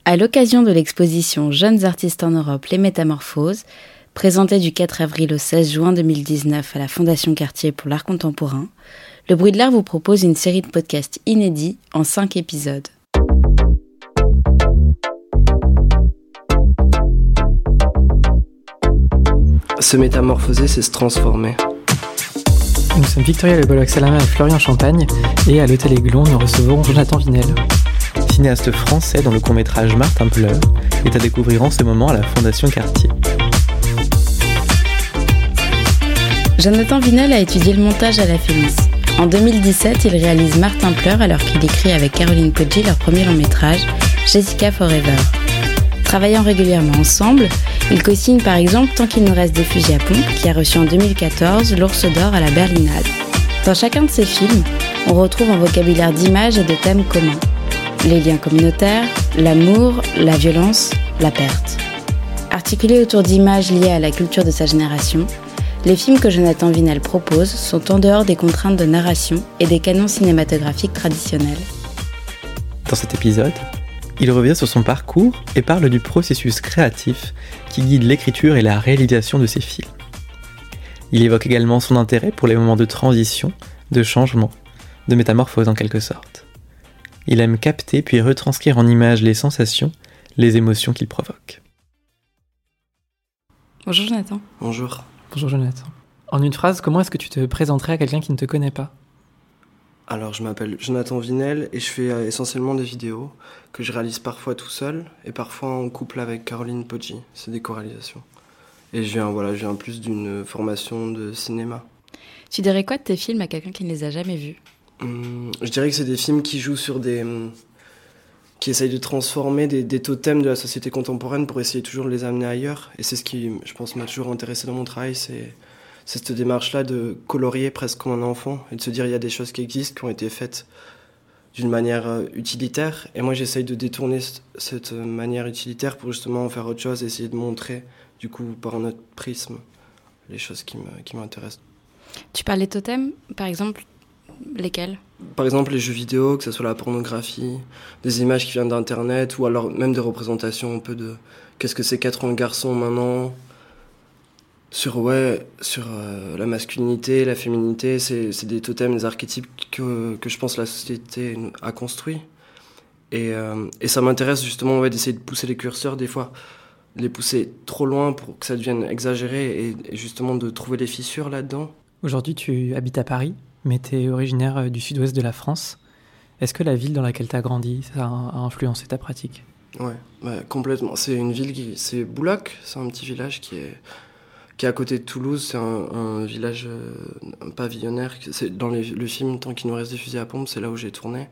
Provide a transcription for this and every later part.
À l'occasion de l'exposition Jeunes artistes en Europe, les Métamorphoses, présentée du 4 avril au 16 juin 2019 à la Fondation Cartier pour l'art contemporain, Le Bruit de l'Art vous propose une série de podcasts inédits en 5 épisodes. Se métamorphoser, c'est se transformer. Nous sommes Victoria Le Bolloc-Salama et Florian Champagne, et à l'Hôtel Aiglon, nous recevons Jonathan Vinel. Cinéaste français dont le court-métrage Martin Pleur est à découvrir en ce moment à la Fondation Cartier. Jonathan Vinel a étudié le montage à la FEMIS. En 2017, il réalise Martin Pleur alors qu'il écrit avec Caroline Poggi leur premier long-métrage, Jessica Forever. Travaillant régulièrement ensemble, ils co-signent par exemple Tant qu'il nous reste des fusils à pompe, qui a reçu en 2014 l'Ours d'Or à la Berlinale. Dans chacun de ces films, on retrouve un vocabulaire d'images et de thèmes communs. Les liens communautaires, l'amour, la violence, la perte. Articulés autour d'images liées à la culture de sa génération, les films que Jonathan Vinel propose sont en dehors des contraintes de narration et des canons cinématographiques traditionnels. Dans cet épisode, il revient sur son parcours et parle du processus créatif qui guide l'écriture et la réalisation de ses films. Il évoque également son intérêt pour les moments de transition, de changement, de métamorphose en quelque sorte. Il aime capter puis retranscrire en images les sensations, les émotions qu'il provoque. Bonjour Jonathan. Bonjour. Bonjour Jonathan. En une phrase, comment est-ce que tu te présenterais à quelqu'un qui ne te connaît pas ? Alors, je m'appelle Jonathan Vinel et je fais essentiellement des vidéos que je réalise parfois tout seul et parfois en couple avec Caroline Poggi. C'est des co-réalisations. Et je viens plus d'une formation de cinéma. Tu dirais quoi de tes films à quelqu'un qui ne les a jamais vus ? Je dirais que c'est des films qui jouent sur qui essayent de transformer des totems de la société contemporaine pour essayer toujours de les amener ailleurs. Et c'est ce qui, je pense, m'a toujours intéressé dans mon travail, c'est cette démarche-là de colorier presque comme un enfant et de se dire il y a des choses qui existent, qui ont été faites d'une manière utilitaire. Et moi, j'essaye de détourner cette manière utilitaire pour justement en faire autre chose, essayer de montrer, du coup, par un autre prisme, les choses qui m'intéressent. Tu parles des totems, par exemple, lesquels ? Par exemple, les jeux vidéo, que ce soit la pornographie, des images qui viennent d'Internet, ou alors même des représentations un peu de qu'est-ce que c'est qu'être un garçon maintenant, sur la masculinité, la féminité, c'est des totems, des archétypes que je pense la société a construit. Et ça m'intéresse justement d'essayer de pousser les curseurs des fois, de les pousser trop loin pour que ça devienne exagéré et justement de trouver les fissures là-dedans. Aujourd'hui, tu habites à Paris, mais tu es originaire du sud-ouest de la France. Est-ce que la ville dans laquelle tu as grandi, ça a influencé ta pratique ? Ouais, complètement. C'est une ville c'est Boulak, c'est un petit village qui est à côté de Toulouse. C'est un village pavillonnaire. C'est dans le film Tant qu'il nous reste des fusils à pompe, c'est là où j'ai tourné.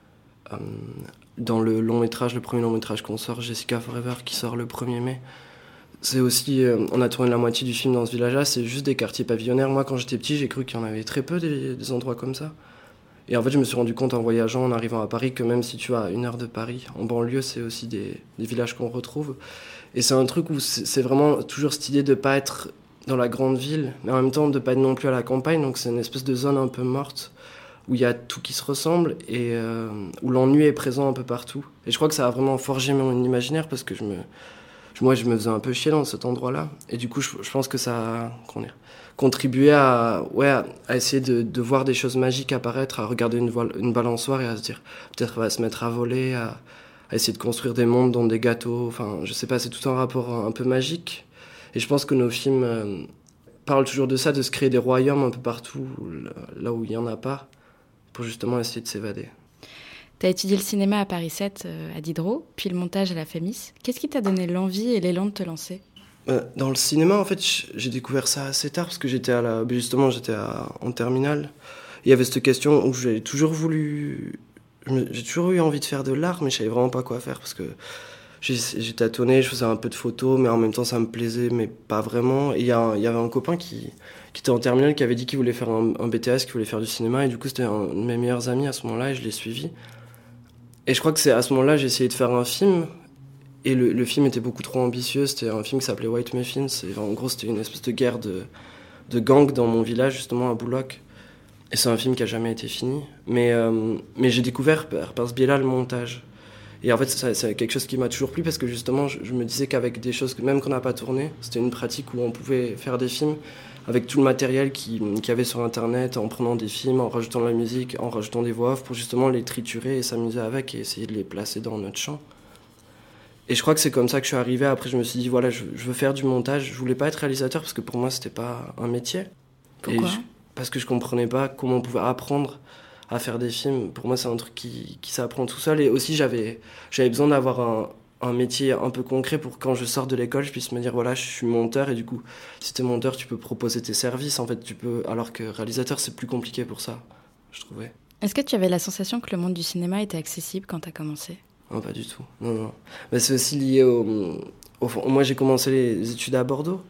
Dans le premier long métrage qu'on sort, Jessica Forever, qui sort le 1er mai. C'est aussi, on a tourné la moitié du film dans ce village-là, c'est juste des quartiers pavillonnaires. Moi, quand j'étais petit, j'ai cru qu'il y en avait très peu des endroits comme ça. Et en fait, je me suis rendu compte en voyageant, en arrivant à Paris, que même si tu as 1 heure de Paris, en banlieue, c'est aussi des villages qu'on retrouve. Et c'est un truc où c'est vraiment toujours cette idée de ne pas être dans la grande ville, mais en même temps de ne pas être non plus à la campagne. Donc c'est une espèce de zone un peu morte, où il y a tout qui se ressemble et où l'ennui est présent un peu partout. Et je crois que ça a vraiment forgé mon imaginaire parce que moi, je me faisais un peu chier dans cet endroit-là. Et du coup, je pense que ça a contribué à essayer de voir des choses magiques apparaître, à regarder une balançoire et à se dire, peut-être on va se mettre à voler, à essayer de construire des mondes dans des gâteaux. Enfin, je sais pas, c'est tout un rapport un peu magique. Et je pense que nos films parlent toujours de ça, de se créer des royaumes un peu partout, là où il n'y en a pas, pour justement essayer de s'évader. Tu as étudié le cinéma à Paris 7 à Diderot, puis le montage à la FEMIS. Qu'est-ce qui t'a donné l'envie et l'élan de te lancer ? Dans le cinéma, en fait, j'ai découvert ça assez tard parce que j'étais en terminale. Il y avait cette question où j'ai toujours eu envie de faire de l'art, mais je savais vraiment pas quoi faire parce que j'ai tâtonné, je faisais un peu de photos, mais en même temps ça me plaisait, mais pas vraiment. Et il y avait un copain qui était en terminale qui avait dit qu'il voulait faire un BTS, qu'il voulait faire du cinéma, et du coup c'était un de mes meilleurs amis à ce moment-là et je l'ai suivi. Et je crois que c'est à ce moment-là j'ai essayé de faire un film. Et le film était beaucoup trop ambitieux, c'était un film qui s'appelait White Muffins, et en gros c'était une espèce de guerre de gang dans mon village justement à Boulak. Et c'est un film qui a jamais été fini, mais j'ai découvert par ce biais-là le montage. Et en fait, c'est quelque chose qui m'a toujours plu parce que justement, je me disais qu'avec des choses, même qu'on n'a pas tourné, c'était une pratique où on pouvait faire des films avec tout le matériel qu'il y avait sur Internet, en prenant des films, en rajoutant de la musique, en rajoutant des voix off pour justement les triturer et s'amuser avec et essayer de les placer dans notre champ. Et je crois que c'est comme ça que je suis arrivé. Après, je me suis dit, voilà, je veux faire du montage. Je voulais pas être réalisateur parce que pour moi, c'était pas un métier. Pourquoi ? Parce que je comprenais pas comment on pouvait apprendre à faire des films. Pour moi, c'est un truc qui s'apprend tout seul. Et aussi, j'avais besoin d'avoir un métier un peu concret pour quand je sors de l'école, je puisse me dire, voilà, je suis monteur. Et du coup, si t'es monteur, tu peux proposer tes services. En fait, alors que réalisateur, c'est plus compliqué pour ça, je trouvais. Est-ce que tu avais la sensation que le monde du cinéma était accessible quand t'as commencé ? Non, pas du tout. Non. Mais c'est aussi lié moi, j'ai commencé les études à Bordeaux.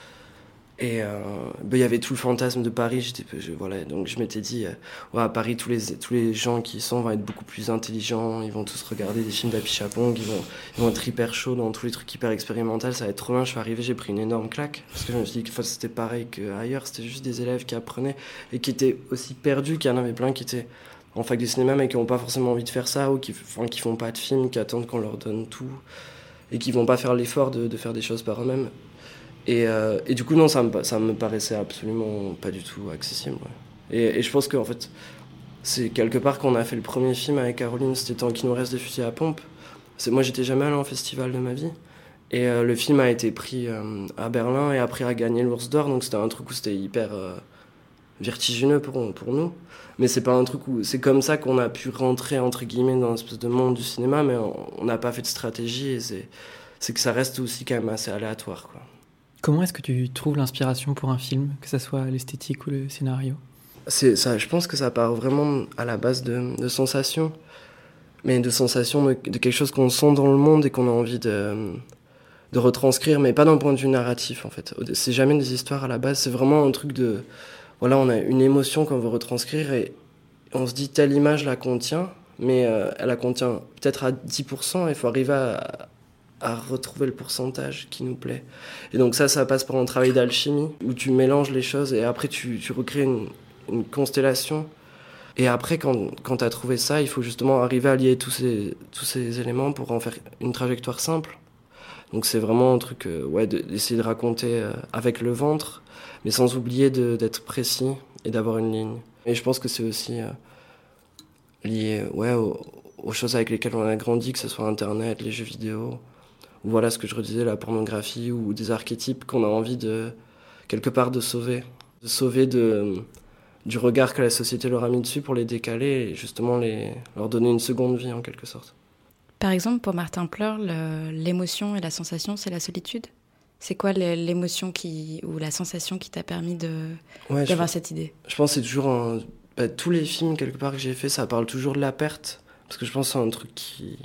Et il y avait tout le fantasme de Paris. Voilà, donc je m'étais dit, à Paris, tous les gens qui y sont vont être beaucoup plus intelligents. Ils vont tous regarder des films d'Happy Chapong. Ils vont être hyper chauds dans tous les trucs hyper expérimentaux. Ça va être trop bien. Je suis arrivé, j'ai pris une énorme claque. Parce que je me suis dit que c'était pareil qu'ailleurs. C'était juste des élèves qui apprenaient et qui étaient aussi perdus, qu'il y en avait plein qui étaient en fac de cinéma mais qui n'ont pas forcément envie de faire ça ou qui font pas de films, qui attendent qu'on leur donne tout et qui vont pas faire l'effort de faire des choses par eux-mêmes. Et du coup, non, ça me paraissait absolument pas du tout accessible. Ouais. Et je pense qu'en fait, c'est quelque part qu'on a fait le premier film avec Caroline, c'était Tant qu'il nous reste des fusils à pompe. Moi, j'étais jamais allé en festival de ma vie. Et le film a été pris à Berlin et après a gagné l'Ours d'Or, donc c'était un truc où c'était hyper vertigineux pour nous. Mais c'est pas un truc où c'est comme ça qu'on a pu rentrer entre guillemets dans une espèce de monde du cinéma, mais on n'a pas fait de stratégie et c'est que ça reste aussi quand même assez aléatoire, quoi. Comment est-ce que tu trouves l'inspiration pour un film, que ce soit l'esthétique ou le scénario ? C'est ça, je pense que ça part vraiment à la base de sensations, mais de sensations de quelque chose qu'on sent dans le monde et qu'on a envie de retranscrire, mais pas d'un point de vue narratif en fait. C'est jamais des histoires à la base, c'est vraiment un truc de... Voilà, on a une émotion qu'on veut retranscrire et on se dit telle image la contient, mais elle la contient peut-être à 10%, il faut arriver à retrouver le pourcentage qui nous plaît. Et donc ça passe par un travail d'alchimie où tu mélanges les choses et après tu recrées une constellation. Et après, quand tu as trouvé ça, il faut justement arriver à lier tous ces éléments pour en faire une trajectoire simple. Donc c'est vraiment un truc d'essayer de raconter avec le ventre, mais sans oublier d'être précis et d'avoir une ligne. Et je pense que c'est aussi lié aux choses avec lesquelles on a grandi, que ce soit Internet, les jeux vidéo, ou voilà ce que je redisais, la pornographie, ou des archétypes qu'on a envie quelque part de sauver. De sauver du regard que la société leur a mis dessus pour les décaler et justement leur donner une seconde vie en quelque sorte. Par exemple, pour Martin Pleur, l'émotion et la sensation, c'est la solitude ? C'est quoi l'émotion ou la sensation qui t'a permis d'avoir cette idée ? Je pense que c'est toujours tous les films quelque part que j'ai fait, ça parle toujours de la perte. Parce que je pense que c'est un truc qui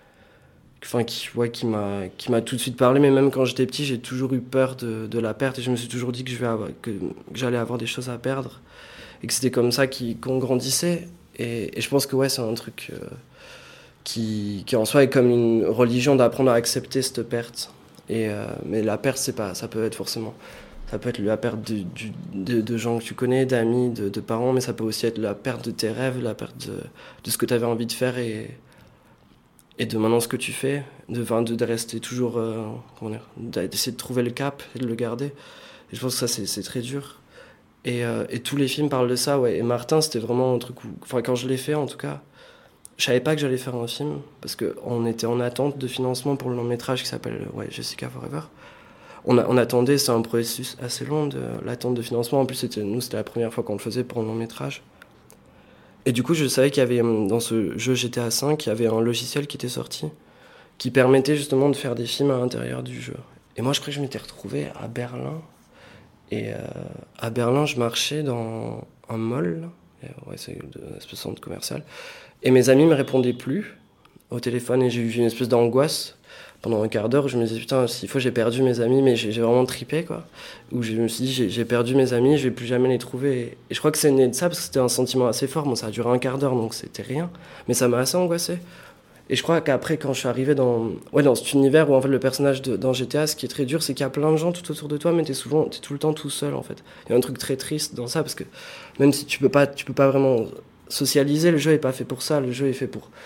m'a tout de suite parlé. Mais même quand j'étais petit, j'ai toujours eu peur de la perte. Et je me suis toujours dit que j'allais avoir des choses à perdre. Et que c'était comme ça qu'on grandissait. Et je pense que c'est un truc qui en soi est comme une religion d'apprendre à accepter cette perte. Mais la perte, ça peut être la perte de gens que tu connais, d'amis, de parents, mais ça peut aussi être la perte de tes rêves, la perte de ce que tu avais envie de faire et de maintenant ce que tu fais, de rester toujours, d'essayer de trouver le cap et de le garder. Et je pense que ça, c'est très dur. Et tous les films parlent de ça, ouais. Et Martin, c'était vraiment un truc où, quand je l'ai fait en tout cas, je savais pas que j'allais faire un film parce qu'on était en attente de financement pour le long métrage qui s'appelle Jessica Forever. On attendait, c'est un processus assez long de l'attente de financement. En plus, c'était la première fois qu'on le faisait pour un long métrage. Et du coup, je savais qu'il y avait dans ce jeu GTA V, il y avait un logiciel qui était sorti qui permettait justement de faire des films à l'intérieur du jeu. Et moi, je crois que je m'étais retrouvé à Berlin. Et à Berlin, je marchais dans un mall. C'est une espèce de centre commercial. Et mes amis me répondaient plus au téléphone et j'ai eu une espèce d'angoisse pendant un quart d'heure où je me disais putain, s'il faut j'ai perdu mes amis, mais j'ai vraiment trippé quoi. Où je me suis dit j'ai perdu mes amis, je vais plus jamais les trouver. Et je crois que c'est né de ça parce que c'était un sentiment assez fort. Bon, ça a duré un quart d'heure donc c'était rien, mais ça m'a assez angoissé. Et je crois qu'après quand je suis arrivé dans cet univers où en fait le personnage dans GTA, ce qui est très dur, c'est qu'il y a plein de gens tout autour de toi, mais t'es tout le temps tout seul en fait. Il y a un truc très triste dans ça parce que même si tu peux pas vraiment socialiser, le jeu est pas fait pour ça. Le jeu est fait pour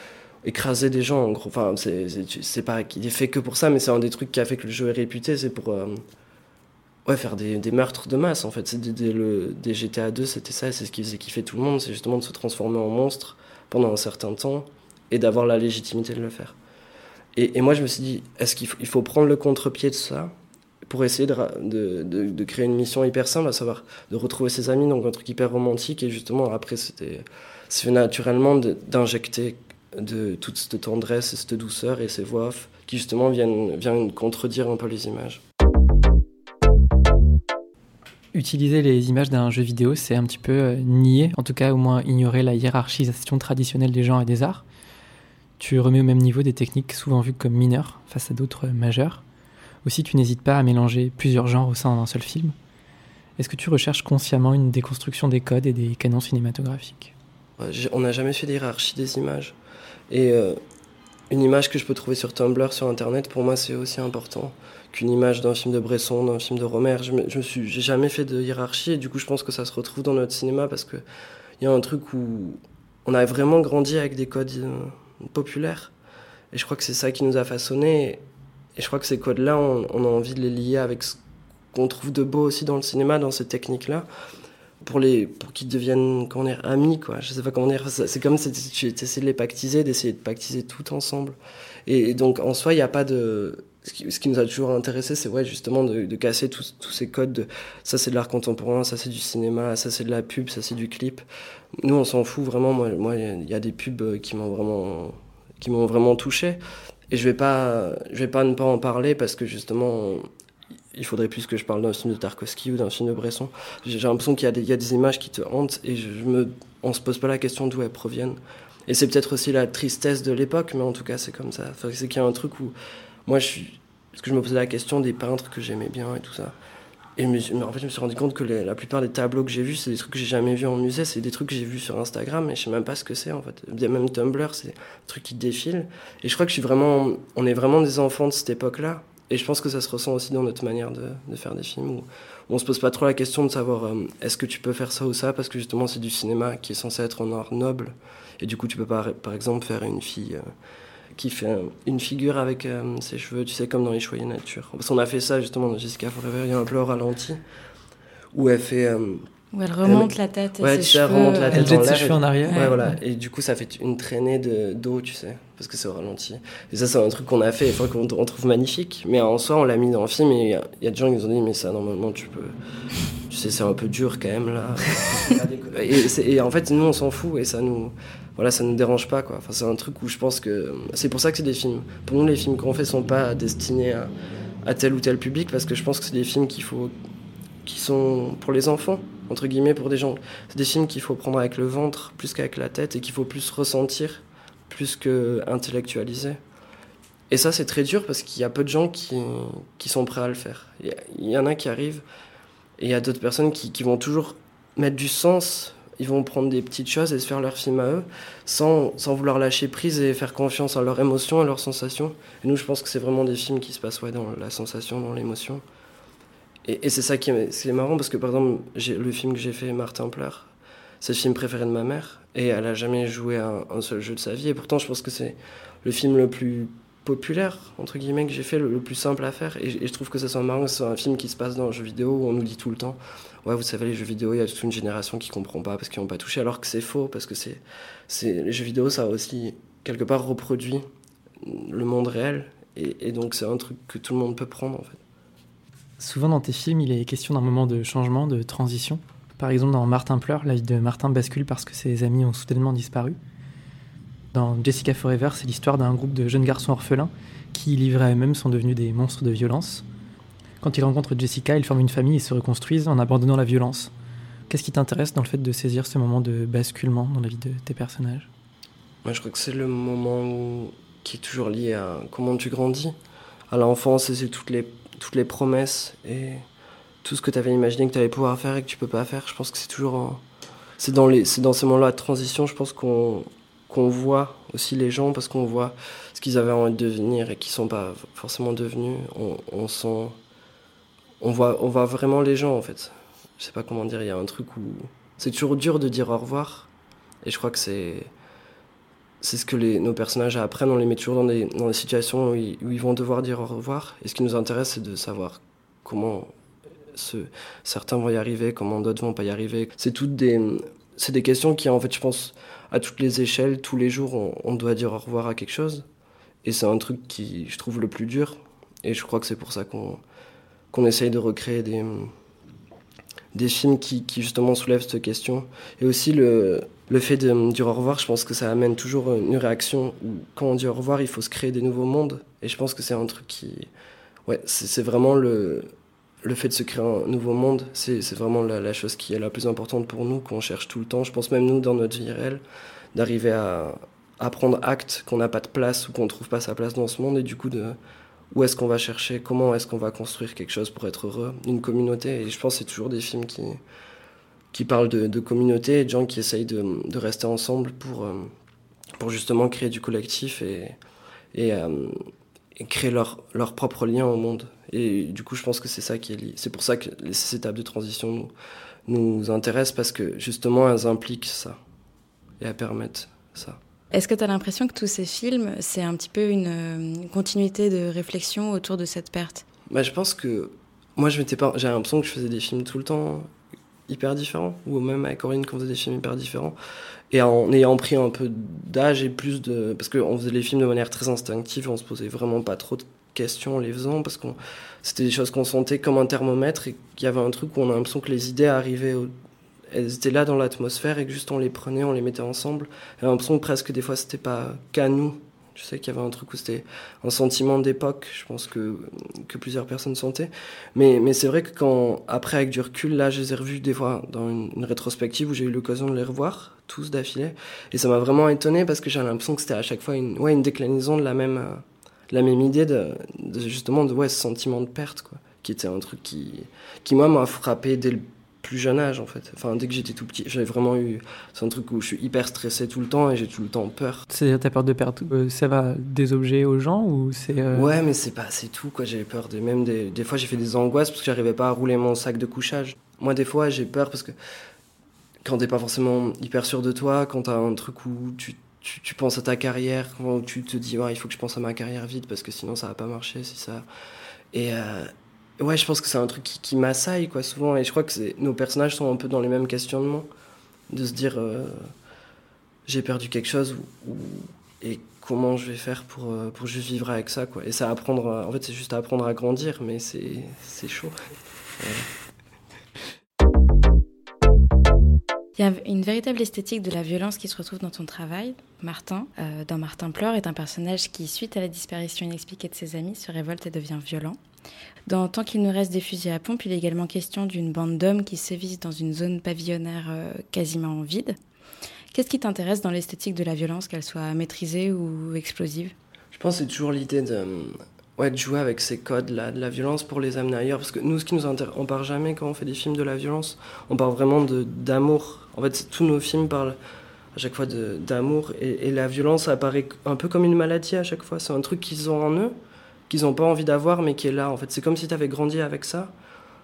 écraser des gens, en gros. Enfin, c'est pas qu'il est fait que pour ça, mais c'est un des trucs qui a fait que le jeu est réputé, c'est pour faire des meurtres de masse, en fait. Des GTA 2, c'était ça, c'est ce qui faisait kiffer tout le monde, c'est justement de se transformer en monstre pendant un certain temps et d'avoir la légitimité de le faire. Et moi, je me suis dit, est-ce qu'il faut prendre le contre-pied de ça pour essayer de créer une mission hyper simple, à savoir de retrouver ses amis, donc un truc hyper romantique, et justement, après, c'est fait naturellement d'injecter de toute cette tendresse et cette douceur et ces voix off qui, justement, viennent contredire un peu les images. Utiliser les images d'un jeu vidéo, c'est un petit peu nier, en tout cas au moins ignorer la hiérarchisation traditionnelle des genres et des arts. Tu remets au même niveau des techniques souvent vues comme mineures face à d'autres majeures. Aussi, tu n'hésites pas à mélanger plusieurs genres au sein d'un seul film. Est-ce que tu recherches consciemment une déconstruction des codes et des canons cinématographiques ? On n'a jamais fait d'hiérarchie des images. Et une image que je peux trouver sur Tumblr, sur Internet, pour moi, c'est aussi important qu'une image d'un film de Bresson, d'un film de Romer. J'ai jamais fait de hiérarchie, et du coup, je pense que ça se retrouve dans notre cinéma, parce qu'il y a un truc où on a vraiment grandi avec des codes populaires. Et je crois que c'est ça qui nous a façonnés. Et je crois que ces codes-là, on a envie de les lier avec ce qu'on trouve de beau aussi dans le cinéma, dans ces techniques-là, pour qu'ils deviennent, comment dire, amis, quoi. Je sais pas comment dire. C'est comme si tu essaies de les pactiser, d'essayer de pactiser tout ensemble. Et donc, en soi, il n'y a pas de... Ce qui nous a toujours intéressé, c'est justement de casser tous ces codes. Ça, c'est de l'art contemporain, ça, c'est du cinéma, ça, c'est de la pub, ça, c'est du clip. Nous, on s'en fout vraiment. Moi, il y a des pubs qui m'ont vraiment touché. Et je vais pas ne pas en parler parce que justement, il faudrait plus que je parle d'un film de Tarkovsky ou d'un film de Bresson. J'ai l'impression qu'il y a des images qui te hantent et on se pose pas la question d'où elles proviennent. Et c'est peut-être aussi la tristesse de l'époque, mais en tout cas, c'est comme ça. Enfin, c'est qu'il y a un truc où moi, parce que je me posais la question des peintres que j'aimais bien et tout ça. Et en fait, je me suis rendu compte que la plupart des tableaux que j'ai vus, c'est des trucs que j'ai jamais vus en musée, c'est des trucs que j'ai vus sur Instagram, et je sais même pas ce que c'est, en fait. Même Tumblr, c'est des trucs qui défilent. Et je crois que on est vraiment des enfants de cette époque-là. Et je pense que ça se ressent aussi dans notre manière de faire des films, où on se pose pas trop la question de savoir est-ce que tu peux faire ça ou ça, parce que justement, c'est du cinéma qui est censé être un art noble. Et du coup, tu peux pas, par exemple, faire une fille qui fait une figure avec ses cheveux, tu sais, comme dans Les Choyés Nature. Parce qu'on a fait ça, justement, dans Jessica Forever, il y a un peu au ralenti, où elle fait... où elle remonte la tête et ses cheveux... Elle remonte la tête elle jette ses cheveux en arrière. Ouais, voilà. Et du coup, ça fait une traînée d'eau, tu sais, parce que c'est au ralenti. Et ça, c'est un truc qu'on a fait, et qu'on trouve magnifique. Mais en soi, on l'a mis dans le film, et il y a des gens qui nous ont dit, mais ça, normalement, tu sais, c'est un peu dur, quand même, là. et en fait, nous, on s'en fout, et ça nous dérange pas, quoi. Enfin, c'est un truc où je pense que... C'est pour ça que c'est des films. Pour nous, les films qu'on fait sont pas destinés à tel ou tel public, parce que je pense que c'est des films qui sont pour les enfants, entre guillemets, pour des gens. C'est des films qu'il faut prendre avec le ventre plus qu'avec la tête, et qu'il faut plus ressentir, plus que intellectualiser. Et ça, c'est très dur, parce qu'il y a peu de gens qui sont prêts à le faire. Il y en a qui arrivent, et il y a d'autres personnes qui vont toujours mettre du sens. Ils vont prendre des petites choses et se faire leur film à eux, sans vouloir lâcher prise et faire confiance à leurs émotions, à leurs sensations. Et nous, je pense que c'est vraiment des films qui se passent dans la sensation, dans l'émotion. Et c'est ça qui est marrant, parce que par exemple, le film que j'ai fait, Martin pleure, c'est le film préféré de ma mère, et elle a jamais joué à un seul jeu de sa vie. Et pourtant, je pense que c'est le film le plus populaire, entre guillemets, que j'ai fait, le plus simple à faire. Et je trouve que ça soit marrant, que ce soit un film qui se passe dans un jeu vidéo, où on nous dit tout le temps, ouais, vous savez, les jeux vidéo, il y a toute une génération qui comprend pas parce qu'ils n'ont pas touché, alors que c'est faux, parce que les jeux vidéo, ça a aussi quelque part reproduit le monde réel, et donc c'est un truc que tout le monde peut prendre, en fait. Souvent dans tes films, il est question d'un moment de changement, de transition. Par exemple, dans Martin pleure, la vie de Martin bascule parce que ses amis ont soudainement disparu. Dans Jessica Forever, c'est l'histoire d'un groupe de jeunes garçons orphelins qui, livrés à eux-mêmes, sont devenus des monstres de violence. Quand ils rencontrent Jessica, ils forment une famille et se reconstruisent en abandonnant la violence. Qu'est-ce qui t'intéresse dans le fait de saisir ce moment de basculement dans la vie de tes personnages ? Moi, je crois que c'est le moment qui est toujours lié à comment tu grandis. À l'enfance, c'est toutes les promesses et tout ce que tu avais imaginé que tu allais pouvoir faire et que tu peux pas faire. Je pense que c'est toujours... C'est dans ces moments-là de transition, je pense qu'on voit aussi les gens, parce qu'on voit ce qu'ils avaient envie de devenir et qui sont pas forcément devenus. On voit vraiment les gens, en fait. Je sais pas comment dire, il y a un truc où c'est toujours dur de dire au revoir, et je crois que c'est ce que nos personnages apprennent, on les met toujours dans des situations où ils vont devoir dire au revoir. Et ce qui nous intéresse, c'est de savoir comment certains vont y arriver, comment d'autres vont pas y arriver. C'est des questions qui, en fait, je pense, à toutes les échelles, tous les jours, on doit dire au revoir à quelque chose. Et c'est un truc qui, je trouve, le plus dur. Et je crois que c'est pour ça qu'on essaye de recréer des films qui justement soulèvent cette question. Et aussi le fait de dire au revoir, je pense que ça amène toujours une réaction où quand on dit au revoir, il faut se créer des nouveaux mondes. Et je pense que c'est un truc qui... Ouais, c'est vraiment le fait de se créer un nouveau monde, c'est vraiment la chose qui est la plus importante pour nous, qu'on cherche tout le temps. Je pense même nous, dans notre vie réelle, d'arriver à prendre acte qu'on n'a pas de place ou qu'on ne trouve pas sa place dans ce monde. Et du coup, où est-ce qu'on va chercher, comment est-ce qu'on va construire quelque chose pour être heureux, une communauté. Et je pense que c'est toujours des films qui parlent de communauté et de gens qui essayent de rester ensemble pour justement créer du collectif et créer leur propre lien au monde. Et du coup, je pense que c'est ça qui est lié. C'est pour ça que ces étapes de transition nous intéressent, parce que justement, elles impliquent ça et elles permettent ça. Est-ce que tu as l'impression que tous ces films, c'est un petit peu une continuité de réflexion autour de cette perte ? Je pense que moi, j'ai l'impression que je faisais des films tout le temps hyper différents, ou même avec Corinne, qu'on faisait des films hyper différents. Et en ayant pris un peu d'âge et parce qu'on faisait les films de manière très instinctive, on se posait vraiment pas trop de questions en les faisant, parce que c'était des choses qu'on sentait comme un thermomètre, et qu'il y avait un truc où on a l'impression que les idées arrivaient elles étaient là dans l'atmosphère, et que juste on les prenait, on les mettait ensemble. Et l'impression que presque des fois c'était pas qu'à nous. Je sais qu'il y avait un truc où c'était un sentiment d'époque, je pense que plusieurs personnes sentaient. Mais c'est vrai que après avec du recul, là je les ai revus des fois dans une rétrospective où j'ai eu l'occasion de les revoir, tous d'affilée. Et ça m'a vraiment étonné, parce que j'ai l'impression que c'était à chaque fois une déclinaison de la même idée de justement ce sentiment de perte, quoi. Qui était un truc qui moi m'a frappé dès le plus jeune âge, en fait. Enfin, dès que j'étais tout petit, j'avais vraiment c'est un truc où je suis hyper stressé tout le temps et j'ai tout le temps peur. C'est-à-dire, t'as peur de perdre ça va des objets aux gens, ou c'est... Ouais, mais c'est tout, quoi. J'avais peur des fois j'ai fait des angoisses parce que j'arrivais pas à rouler mon sac de couchage. Moi, des fois, j'ai peur parce que quand t'es pas forcément hyper sûr de toi, quand t'as un truc où tu penses à ta carrière, quand tu te dis il faut que je pense à ma carrière vite parce que sinon ça va pas marcher, c'est ça. Et ouais, je pense que c'est un truc qui m'assaille, quoi, souvent. Et je crois que nos personnages sont un peu dans les mêmes questionnements, de se dire j'ai perdu quelque chose et comment je vais faire pour juste vivre avec ça, quoi. Et ça en fait c'est juste apprendre à grandir, mais c'est chaud. Ouais. Il y a une véritable esthétique de la violence qui se retrouve dans ton travail. Martin, dans Martin pleure, est un personnage qui, suite à la disparition inexpliquée de ses amis, se révolte et devient violent. Dans Tant qu'il nous reste des fusils à pompe, il est également question d'une bande d'hommes qui sévissent dans une zone pavillonnaire quasiment vide. Qu'est-ce qui t'intéresse dans l'esthétique de la violence, qu'elle soit maîtrisée ou explosive ? Je pense que c'est toujours l'idée de jouer avec ces codes-là, de la violence pour les amener ailleurs. Parce que nous, ce qui nous intéresse, on part jamais quand on fait des films de la violence, on parle vraiment d'amour. En fait, tous nos films parlent à chaque fois d'amour. Et la violence apparaît un peu comme une maladie à chaque fois. C'est un truc qu'ils ont en eux, qu'ils n'ont pas envie d'avoir, mais qui est là. En fait, c'est comme si tu avais grandi avec ça.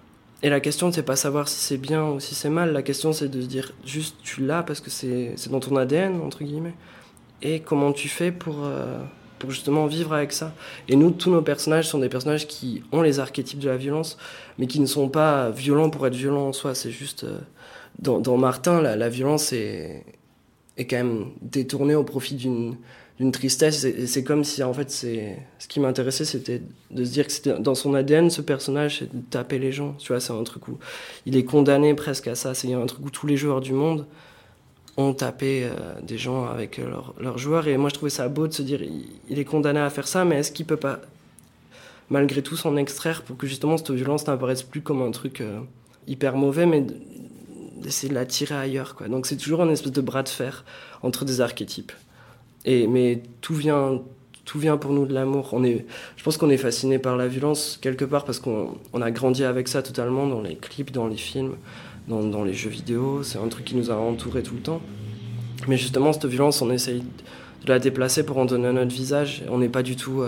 Et la question, c'est pas savoir si c'est bien ou si c'est mal. La question, c'est de se dire juste tu l'as parce que c'est dans ton ADN, entre guillemets. Et comment tu fais pour justement vivre avec ça. Et nous, tous nos personnages sont des personnages qui ont les archétypes de la violence, mais qui ne sont pas violents pour être violents en soi. C'est juste... Dans Martin, la violence est quand même détournée au profit d'une tristesse. Et c'est comme si, en fait, ce qui m'intéressait, c'était de se dire que c'était dans son ADN, ce personnage, c'est de taper les gens. Tu vois, c'est un truc où il est condamné presque à ça. Il y a un truc où tous les joueurs du monde ont tapé des gens avec leurs joueurs. Et moi, je trouvais ça beau de se dire, il est condamné à faire ça, mais est-ce qu'il peut pas, malgré tout, s'en extraire pour que justement cette violence n'apparaisse plus comme un truc hyper mauvais, mais d'essayer de la tirer ailleurs, quoi. Donc c'est toujours un espèce de bras de fer entre des archétypes. Mais tout vient pour nous de l'amour. Je pense qu'on est fasciné par la violence quelque part parce qu'on a grandi avec ça totalement dans les clips, dans les films, dans les jeux vidéo. C'est un truc qui nous a entourés tout le temps. Mais justement, cette violence, on essaye de la déplacer pour en donner un autre visage. On n'est pas du tout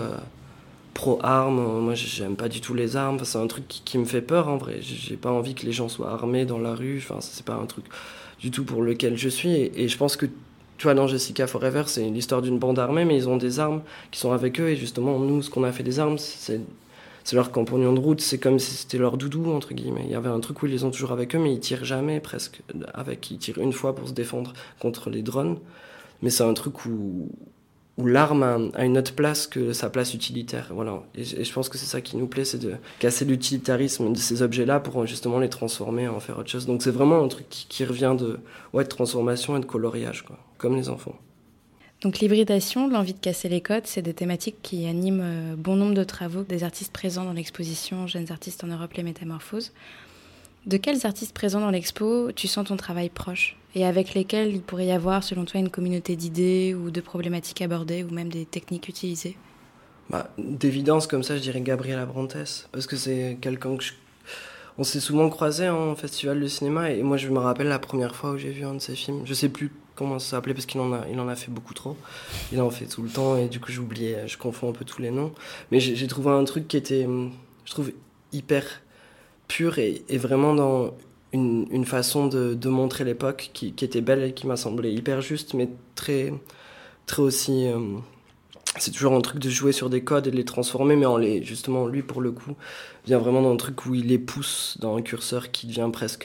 pro-armes. Moi, j'aime pas du tout les armes. Enfin, c'est un truc qui me fait peur, en vrai. J'ai pas envie que les gens soient armés dans la rue. Enfin, c'est pas un truc du tout pour lequel je suis. Et je pense que Tu vois, dans Jessica Forever, c'est l'histoire d'une bande armée, mais ils ont des armes qui sont avec eux. Et justement, nous, ce qu'on a fait des armes, c'est leur compagnon de route. C'est comme si c'était leur doudou, entre guillemets. Il y avait un truc où ils les ont toujours avec eux, mais ils tirent jamais, presque. Ils tirent une fois pour se défendre contre les drones. Mais c'est un truc où l'arme a une autre place que sa place utilitaire. Voilà. Et je pense que c'est ça qui nous plaît, c'est de casser l'utilitarisme de ces objets-là pour justement les transformer, en faire autre chose. Donc c'est vraiment un truc qui revient de transformation et de coloriage, quoi, comme les enfants. Donc l'hybridation, l'envie de casser les codes, c'est des thématiques qui animent bon nombre de travaux des artistes présents dans l'exposition Jeunes artistes en Europe, les métamorphoses. De quels artistes présents dans l'expo tu sens ton travail proche et avec lesquels il pourrait y avoir, selon toi, une communauté d'idées ou de problématiques abordées ou même des techniques utilisées ? D'évidence, comme ça, je dirais Gabriela Brantes, parce que c'est quelqu'un que on s'est souvent croisés en festival de cinéma, et moi je me rappelle la première fois où j'ai vu un de ses films. Je sais plus comment ça s'appelait parce qu'il en a fait beaucoup trop. Il en fait tout le temps et du coup je confonds un peu tous les noms. Mais j'ai trouvé un truc qui était, je trouve, hyper pur et vraiment dans une façon de montrer l'époque qui était belle et qui m'a semblé hyper juste, mais très, très aussi... c'est toujours un truc de jouer sur des codes et de les transformer, mais justement, lui, pour le coup, vient vraiment dans un truc où il les pousse dans un curseur qui devient presque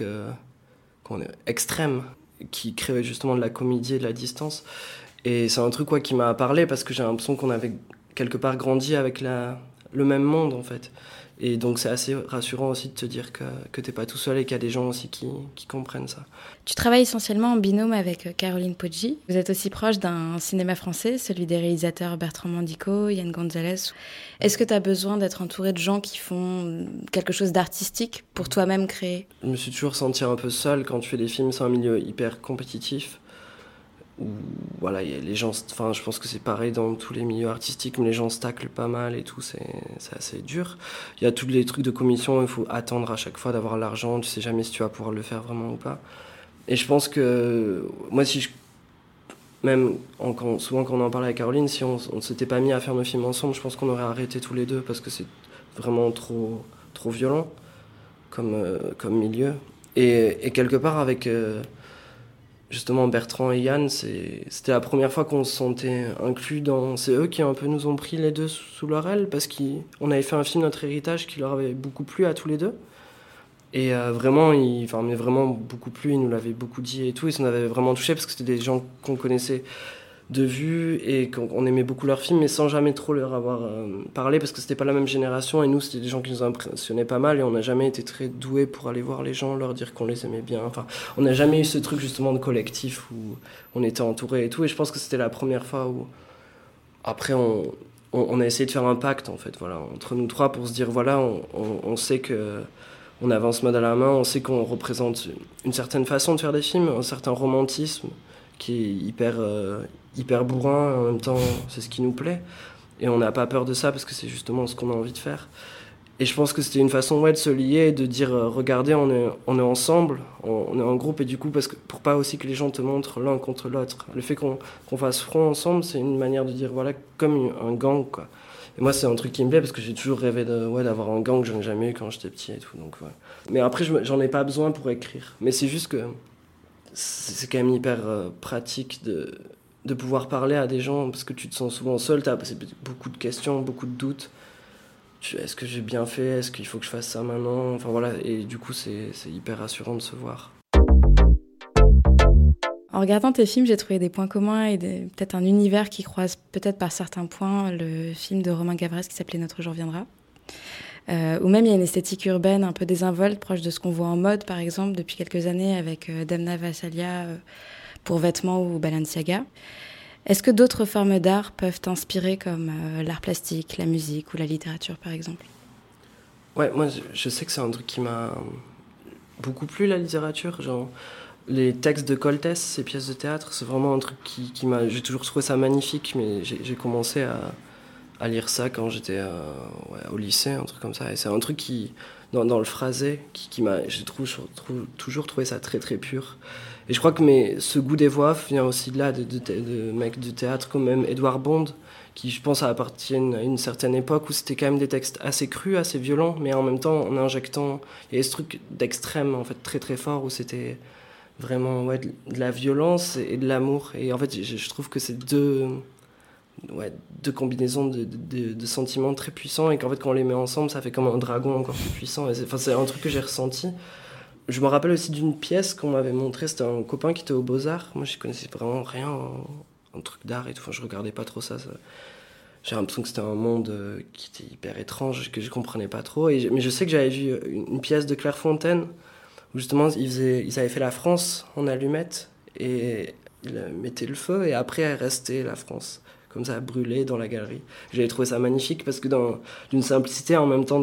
extrême, qui crée justement de la comédie et de la distance. Et c'est un truc qui m'a parlé parce que j'ai l'impression qu'on avait quelque part grandi avec le même monde, en fait. Et donc c'est assez rassurant aussi de te dire que t'es pas tout seul et qu'il y a des gens aussi qui comprennent ça. Tu travailles essentiellement en binôme avec Caroline Poggi. Vous êtes aussi proche d'un cinéma français, celui des réalisateurs Bertrand Mandico, Yann Gonzalez. Est-ce que tu as besoin d'être entouré de gens qui font quelque chose d'artistique pour toi-même créer ? Je me suis toujours senti un peu seul quand tu fais des films. C'est un milieu hyper compétitif. Où, voilà, y a les gens, je pense que c'est pareil dans tous les milieux artistiques, mais les gens se taclent pas mal et tout, c'est assez dur. Il y a tous les trucs de commission, il faut attendre à chaque fois d'avoir l'argent, tu sais jamais si tu vas pouvoir le faire vraiment ou pas. Et je pense que moi, souvent quand on en parle avec Caroline, si on s'était pas mis à faire nos films ensemble, je pense qu'on aurait arrêté tous les deux parce que c'est vraiment trop violent comme milieu. Et quelque part avec justement Bertrand et Yann, c'était la première fois qu'on se sentait inclus dans... C'est eux qui un peu nous ont pris les deux sous leur aile parce qu'on avait fait un film, Notre héritage, qui leur avait beaucoup plu à tous les deux. Et vraiment, mais vraiment beaucoup plu, ils nous l'avaient beaucoup dit et tout, et ça nous avait vraiment touché parce que c'était des gens qu'on connaissait de vue et qu'on aimait beaucoup leurs films, mais sans jamais trop leur avoir parlé parce que c'était pas la même génération et nous c'était des gens qui nous impressionnaient pas mal et on n'a jamais été très doués pour aller voir les gens, leur dire qu'on les aimait bien. Enfin, on n'a jamais eu ce truc justement de collectif où on était entourés et tout, et je pense que c'était la première fois où après on a essayé de faire un pacte en fait, voilà, entre nous trois pour se dire voilà, on sait que on avance main dans la main, on sait qu'on représente une certaine façon de faire des films, un certain romantisme qui est hyper bourrin, en même temps c'est ce qui nous plaît et on n'a pas peur de ça parce que c'est justement ce qu'on a envie de faire. Et je pense que c'était une façon de se lier et de dire regardez, on est ensemble, on est en groupe, et du coup parce que pour pas aussi que les gens te montrent l'un contre l'autre, le fait qu'on fasse front ensemble, c'est une manière de dire voilà, comme un gang quoi. Et moi c'est un truc qui me plaît parce que j'ai toujours rêvé d'avoir un gang que je n'ai jamais eu quand j'étais petit et tout, donc ouais. Mais après j'en ai pas besoin pour écrire, mais c'est juste que c'est quand même hyper pratique de pouvoir parler à des gens parce que tu te sens souvent seul, t'as beaucoup de questions, beaucoup de doutes. Est-ce que j'ai bien fait ? Est-ce qu'il faut que je fasse ça maintenant ? Enfin voilà, et du coup c'est hyper rassurant de se voir. En regardant tes films, j'ai trouvé des points communs et peut-être un univers qui croise peut-être par certains points le film de Romain Gavras qui s'appelait Notre jour viendra. Ou même il y a une esthétique urbaine un peu désinvolte, proche de ce qu'on voit en mode par exemple depuis quelques années avec Damna Vassalia pour Vêtements ou Balenciaga. Est-ce que d'autres formes d'art peuvent t'inspirer comme l'art plastique, la musique ou la littérature par exemple ? Ouais, moi je sais que c'est un truc qui m'a beaucoup plu, la littérature, genre les textes de Coltès, ces pièces de théâtre, c'est vraiment un truc qui m'a... J'ai toujours trouvé ça magnifique, mais j'ai commencé à lire ça quand j'étais au lycée, un truc comme ça. Et c'est un truc qui, dans le phrasé, qui m'a... J'ai toujours trouvé ça très très pur. Et je crois que ce goût des voix vient aussi de là, de mecs de théâtre comme même Édouard Bond, qui je pense appartiennent à une certaine époque où c'était quand même des textes assez crus, assez violents, mais en même temps en injectant... Il y a ce truc d'extrême, en fait, très très fort, où c'était vraiment de la violence et de l'amour. Et en fait, je trouve que c'est deux combinaisons de sentiments très puissants et qu'en fait, quand on les met ensemble, ça fait comme un dragon encore plus puissant. Et c'est un truc que j'ai ressenti. Je me rappelle aussi d'une pièce qu'on m'avait montrée, c'était un copain qui était aux Beaux-Arts. Moi, je connaissais vraiment rien en truc d'art et tout. Enfin, je regardais pas trop ça. J'ai l'impression que c'était un monde qui était hyper étrange, que je comprenais pas trop. Mais je sais que j'avais vu une pièce de Clairefontaine où justement ils avaient fait la France en allumettes et ils mettaient le feu et après elle restait la France comme ça brûlée dans la galerie. J'avais trouvé ça magnifique parce que d'une simplicité en même temps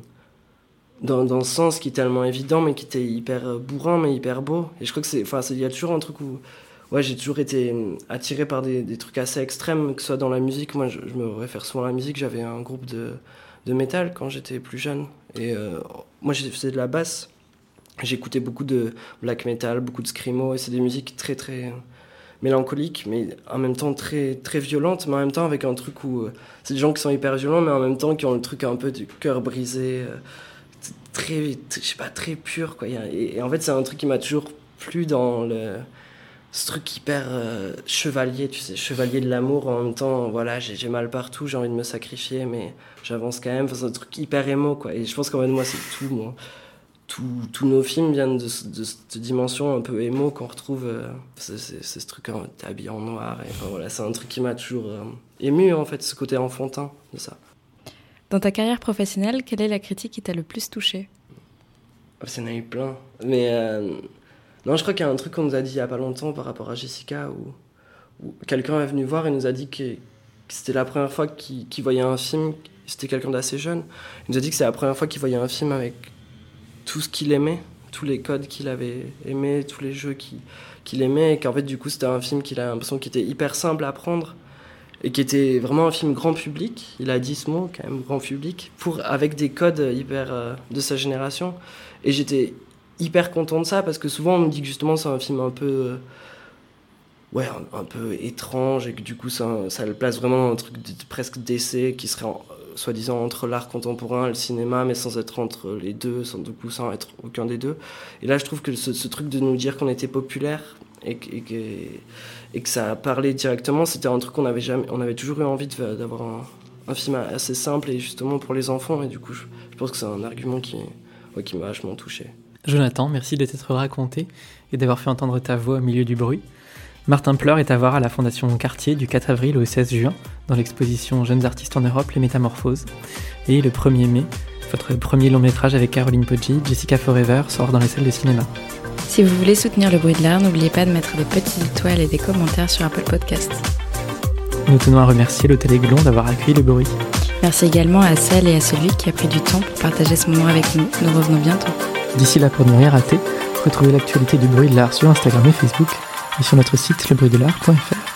dans le sens qui est tellement évident mais qui était hyper bourrin mais hyper beau. Et je crois que il y a toujours un truc où j'ai toujours été attiré par des trucs assez extrêmes, que ce soit dans la musique. Moi, je me réfère souvent à la musique. J'avais un groupe de métal quand j'étais plus jeune. Et moi, je faisais de la basse. J'écoutais beaucoup de black metal, beaucoup de screamo. Et c'est des musiques très, très mélancoliques, mais en même temps très, très violentes. Mais en même temps, avec un truc où c'est des gens qui sont hyper violents, mais en même temps qui ont le truc un peu du cœur brisé, très, je sais pas, très pur, quoi. Et en fait, c'est un truc qui m'a toujours plu dans ce truc hyper chevalier, tu sais, chevalier de l'amour. En même temps, voilà, j'ai mal partout, j'ai envie de me sacrifier, mais j'avance quand même. Enfin, c'est un truc hyper émo, quoi. Et je pense qu'en fait, moi, c'est tout, moi. Tous nos films viennent de cette dimension un peu émo qu'on retrouve. C'est ce truc, t'es habillé en noir. Et, enfin, voilà, c'est un truc qui m'a toujours ému, en fait, ce côté enfantin de ça. Dans ta carrière professionnelle, quelle est la critique qui t'a le plus touché ? Il y en a eu plein. Mais non, je crois qu'il y a un truc qu'on nous a dit il n'y a pas longtemps par rapport à Jessica, où quelqu'un est venu voir et nous a dit que c'était la première fois qu'il voyait un film. C'était quelqu'un d'assez jeune. Il nous a dit que c'est la première fois qu'il voyait un film avec tout ce qu'il aimait, tous les codes qu'il avait aimés, tous les jeux qu'il aimait, et qu'en fait, du coup, c'était un film qu'il a l'impression qu'il était hyper simple à prendre et qui était vraiment un film grand public. Il a dit ce mot, quand même, grand public, avec des codes hyper de sa génération. Et j'étais hyper content de ça, parce que souvent, on me dit que justement, c'est un film un peu... un peu étrange, et que du coup, ça le place vraiment dans un truc presque d'essai qui serait soi-disant entre l'art contemporain et le cinéma, mais sans être entre les deux, sans être aucun des deux. Et là, je trouve que ce truc de nous dire qu'on était populaire et que ça parlait directement, c'était un truc on avait toujours eu envie d'avoir un film assez simple et justement pour les enfants. Et du coup, je pense que c'est un argument qui m'a vachement touché. Jonathan, merci de t'être raconté et d'avoir fait entendre ta voix au milieu du bruit. Martin Pleur est à voir à la Fondation Cartier du 4 avril au 16 juin dans l'exposition Jeunes artistes en Europe, les Métamorphoses. Et le 1er mai, votre premier long métrage avec Caroline Poggi, Jessica Forever, sort dans les salles de cinéma. Si vous voulez soutenir Le Bruit de l'Art, n'oubliez pas de mettre des petites étoiles et des commentaires sur Apple Podcast. Nous tenons à remercier l'Hôtel Aiglon d'avoir accueilli le bruit. Merci également à celle et à celui qui a pris du temps pour partager ce moment avec nous. Nous revenons bientôt. D'ici là, pour ne rien rater, retrouvez l'actualité du Bruit de l'Art sur Instagram et Facebook et sur notre site lebruitdelart.fr.